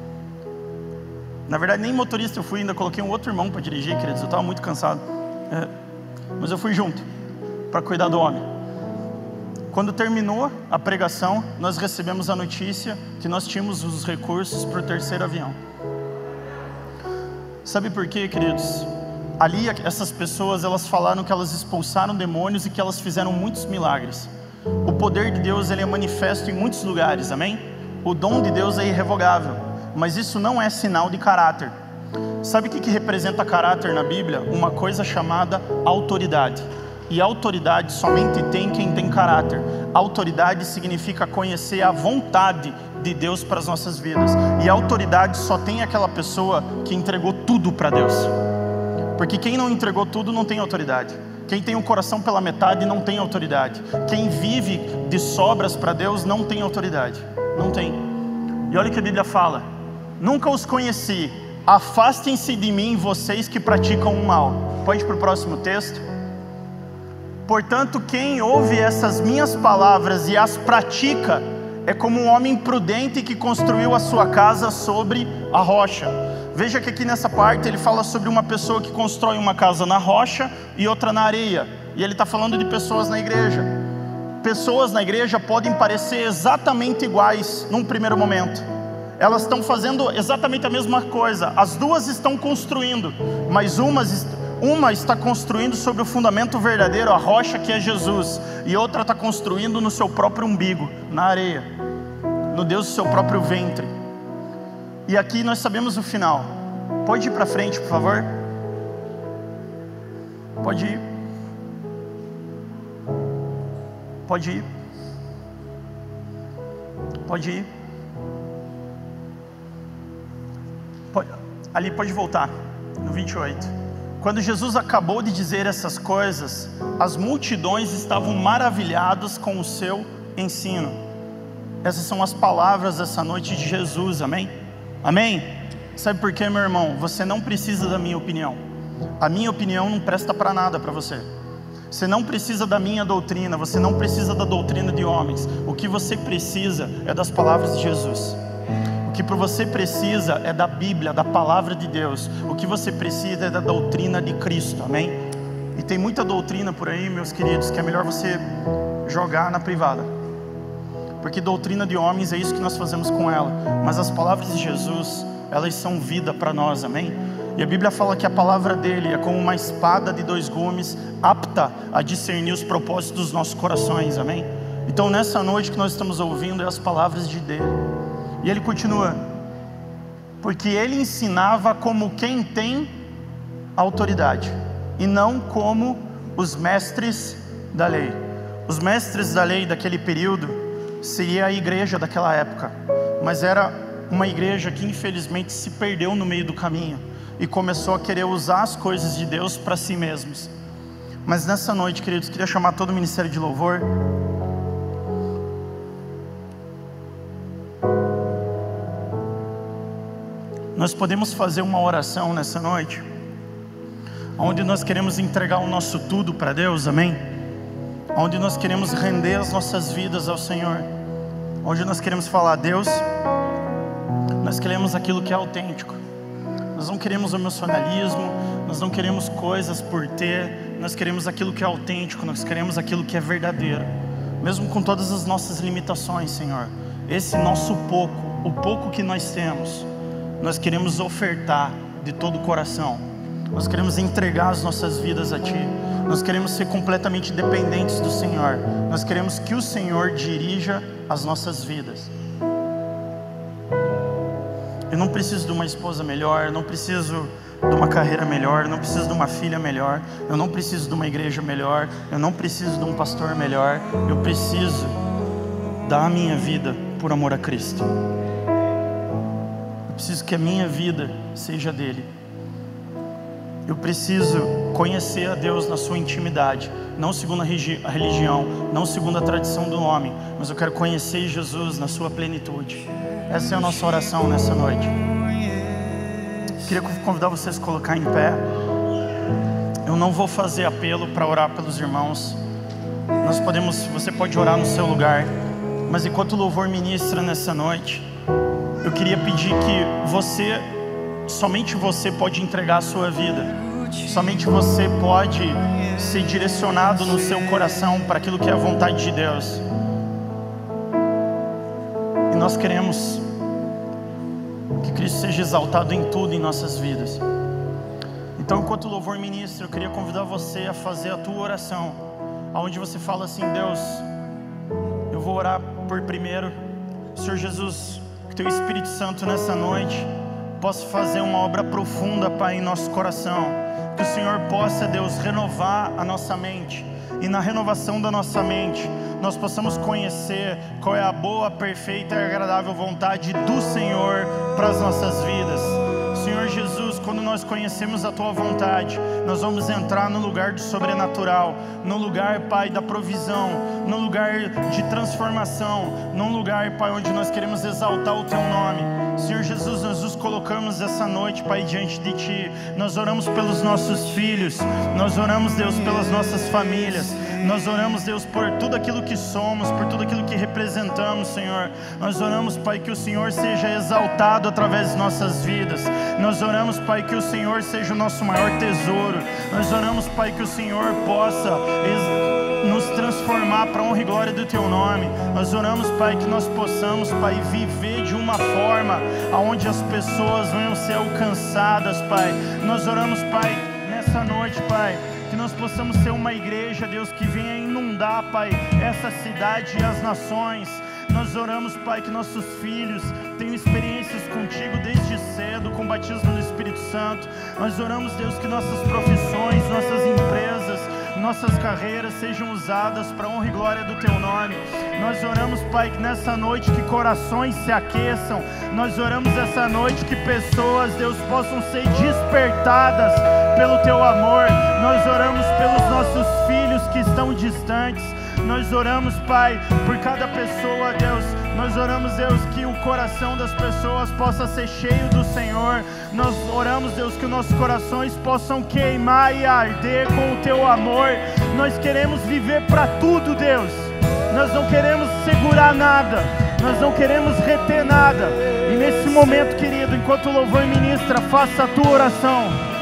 Na verdade nem motorista eu fui, ainda coloquei um outro irmão para dirigir, queridos, eu estava muito cansado, é, mas eu fui junto, para cuidar do homem. Quando terminou a pregação, nós recebemos a notícia que nós tínhamos os recursos para o terceiro avião. Sabe por quê, queridos? Ali essas pessoas, elas falaram que elas expulsaram demônios e que elas fizeram muitos milagres. O poder de Deus, ele é manifesto em muitos lugares, amém? O dom de Deus é irrevogável, mas isso não é sinal de caráter. Sabe o que, que representa caráter na Bíblia? Uma coisa chamada autoridade. E autoridade somente tem quem tem caráter. Autoridade significa conhecer a vontade de Deus para as nossas vidas. E autoridade só tem aquela pessoa que entregou tudo para Deus. Porque quem não entregou tudo não tem autoridade. Quem tem o coração pela metade não tem autoridade. Quem vive de sobras para Deus não tem autoridade. Não tem. E olha o que a Bíblia fala: nunca os conheci, afastem-se de mim vocês que praticam o mal. Pode ir para o próximo texto. Portanto, quem ouve essas minhas palavras e as pratica é como um homem prudente que construiu a sua casa sobre a rocha. Veja que aqui nessa parte ele fala sobre uma pessoa que constrói uma casa na rocha e outra na areia. E ele está falando de pessoas na igreja. Pessoas na igreja podem parecer exatamente iguais num primeiro momento. Elas estão fazendo exatamente a mesma coisa. As duas estão construindo, mas umas, uma está construindo sobre o fundamento verdadeiro, a rocha que é Jesus. E outra está construindo no seu próprio umbigo, na areia, no Deus do seu próprio ventre. E aqui nós sabemos o final. Pode ir para frente, por favor? Pode ir. Pode ir. Pode ir. Pode, ali pode voltar, no vinte e oito. Quando Jesus acabou de dizer essas coisas, as multidões estavam maravilhadas com o seu ensino. Essas são as palavras dessa noite de Jesus, amém? Amém? Sabe por quê, meu irmão? Você não precisa da minha opinião. A minha opinião não presta para nada para você. Você não precisa da minha doutrina, você não precisa da doutrina de homens. O que você precisa é das palavras de Jesus. O que você precisa é da Bíblia, da palavra de Deus. O que você precisa é da doutrina de Cristo, amém? E tem muita doutrina por aí, meus queridos, que é melhor você jogar na privada. Porque doutrina de homens é isso que nós fazemos com ela. Mas as palavras de Jesus, elas são vida para nós, amém? E a Bíblia fala que a palavra dele é como uma espada de dois gumes, apta a discernir os propósitos dos nossos corações, amém? Então nessa noite que nós estamos ouvindo é as palavras de dele. E ele continua, porque ele ensinava como quem tem autoridade, e não como os mestres da lei. Os mestres da lei daquele período seria a igreja daquela época, mas era uma igreja que infelizmente se perdeu no meio do caminho e começou a querer usar as coisas de Deus para si mesmos. Mas nessa noite, queridos, queria chamar todo o ministério de louvor. Nós podemos fazer uma oração nessa noite, onde nós queremos entregar o nosso tudo para Deus, amém? Onde nós queremos render as nossas vidas ao Senhor, onde nós queremos falar, Deus, nós queremos aquilo que é autêntico. Nós não queremos emocionalismo, nós não queremos coisas por ter, nós queremos aquilo que é autêntico, nós queremos aquilo que é verdadeiro, mesmo com todas as nossas limitações, Senhor. Esse nosso pouco, o pouco que nós temos, nós queremos ofertar de todo o coração. Nós queremos entregar as nossas vidas a Ti. Nós queremos ser completamente dependentes do Senhor. Nós queremos que o Senhor dirija as nossas vidas. Eu não preciso de uma esposa melhor, eu não preciso de uma carreira melhor, eu não preciso de uma filha melhor, eu não preciso de uma igreja melhor, eu não preciso de um pastor melhor. Eu preciso dar a minha vida por amor a Cristo. Eu preciso que a minha vida seja dele. Eu preciso conhecer a Deus na sua intimidade, não segundo a religião, não segundo a tradição do homem, mas eu quero conhecer Jesus na sua plenitude. Essa é a nossa oração nessa noite. Queria convidar vocês a colocar em pé. Eu não vou fazer apelo para orar pelos irmãos. Nós podemos, você pode orar no seu lugar, mas enquanto o louvor ministra nessa noite, eu queria pedir que você, somente você pode entregar a sua vida. Somente você pode ser direcionado no seu coração para aquilo que é a vontade de Deus. E nós queremos que Cristo seja exaltado em tudo em nossas vidas. Então, enquanto o louvor ministra, eu queria convidar você a fazer a tua oração, aonde você fala assim: Deus, eu vou orar por primeiro. Senhor Jesus, que Teu Espírito Santo nessa noite possa fazer uma obra profunda, Pai, em nosso coração. Que o Senhor possa, Deus, renovar a nossa mente, e na renovação da nossa mente nós possamos conhecer qual é a boa, perfeita e agradável vontade do Senhor para as nossas vidas. Senhor Jesus, quando nós conhecemos a Tua vontade, nós vamos entrar no lugar do sobrenatural, no lugar, Pai, da provisão, no lugar de transformação, num lugar, Pai, onde nós queremos exaltar o Teu nome. Senhor Jesus, nós nos colocamos essa noite, Pai, diante de Ti. Nós oramos pelos nossos filhos, nós oramos, Deus, pelas nossas famílias, nós oramos, Deus, por tudo aquilo que somos, por tudo aquilo que representamos, Senhor. Nós oramos, Pai, que o Senhor seja exaltado através de nossas vidas. Nós oramos, Pai, que o Senhor seja o nosso maior tesouro. Nós oramos, Pai, que o Senhor possa nos transformar para a honra e glória do Teu nome. Nós oramos, Pai, que nós possamos, Pai, viver de uma forma onde as pessoas venham ser alcançadas, Pai. Nós oramos, Pai, nessa noite, Pai, que nós possamos ser uma igreja, Deus, que venha inundar, Pai, essa cidade e as nações. Nós oramos, Pai, que nossos filhos tenham experiências contigo desde cedo, com o batismo do Espírito Santo. Nós oramos, Deus, que nossas profissões, nossas empresas, nossas carreiras sejam usadas para a honra e glória do Teu nome. Nós oramos, Pai, que nessa noite que corações se aqueçam. Nós oramos essa noite que pessoas, Deus, possam ser despertadas pelo Teu amor. Nós oramos pelos nossos filhos que estão distantes. Nós oramos, Pai, por cada pessoa, Deus. Nós oramos, Deus, que o coração das pessoas possa ser cheio do Senhor. Nós oramos, Deus, que os nossos corações possam queimar e arder com o Teu amor. Nós queremos viver para tudo, Deus. Nós não queremos segurar nada. Nós não queremos reter nada. E nesse momento, querido, enquanto o louvor ministra, faça a tua oração.